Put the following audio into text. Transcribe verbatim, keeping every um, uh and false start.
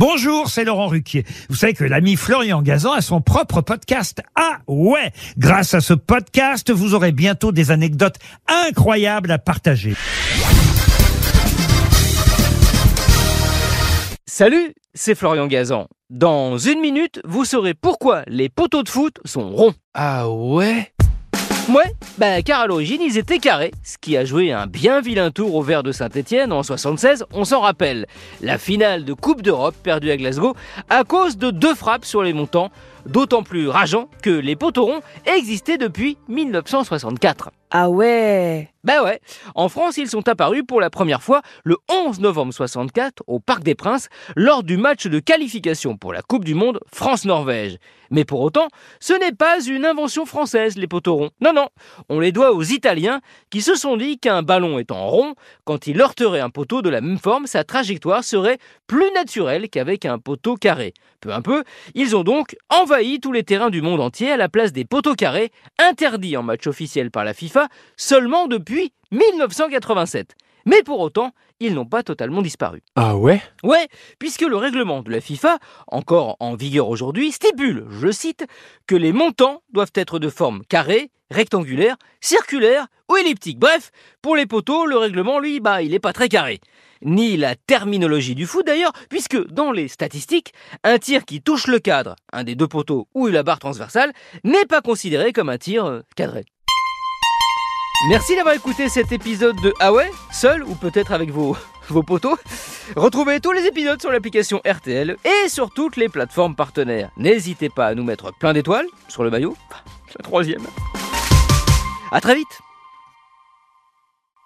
Bonjour, c'est Laurent Ruquier. Vous savez que l'ami Florian Gazan a son propre podcast. Ah ouais! Grâce à ce podcast, vous aurez bientôt des anecdotes incroyables à partager. Salut, c'est Florian Gazan. Dans une minute, vous saurez pourquoi les poteaux de foot sont ronds. Ah ouais? Ouais, bah car à l'origine ils étaient carrés, ce qui a joué un bien vilain tour au Vert de Saint-Étienne en soixante-seize, on s'en rappelle. La finale de Coupe d'Europe perdue à Glasgow à cause de deux frappes sur les montants, d'autant plus rageant que les poteaux ronds existaient depuis mille neuf cent soixante-quatre. Ah ouais. Bah ouais, en France ils sont apparus pour la première fois le onze novembre soixante-quatre au Parc des Princes lors du match de qualification pour la Coupe du Monde France-Norvège. Mais pour autant, ce n'est pas une invention française les poteaux ronds. Non non, on les doit aux Italiens qui se sont dit qu'un ballon étant rond, quand il heurterait un poteau de la même forme, sa trajectoire serait plus naturelle qu'avec un poteau carré. Peu à peu, ils ont donc envahi tous les terrains du monde entier à la place des poteaux carrés, interdits en match officiel par la FIFA seulement depuis mille neuf cent quatre-vingt-sept. Mais pour autant, ils n'ont pas totalement disparu. Ah ouais? Ouais, puisque le règlement de la FIFA, encore en vigueur aujourd'hui, stipule, je cite, que les montants doivent être de forme carrée, rectangulaire, circulaire ou elliptique. Bref, pour les poteaux, le règlement, lui, bah, il est pas très carré. Ni la terminologie du foot d'ailleurs, puisque dans les statistiques, un tir qui touche le cadre, un des deux poteaux ou la barre transversale, n'est pas considéré comme un tir euh, cadré. Merci d'avoir écouté cet épisode de Ah ouais, seul ou peut-être avec vos, vos potos. Retrouvez tous les épisodes sur l'application R T L et sur toutes les plateformes partenaires. N'hésitez pas à nous mettre plein d'étoiles sur le maillot, la troisième. À très vite.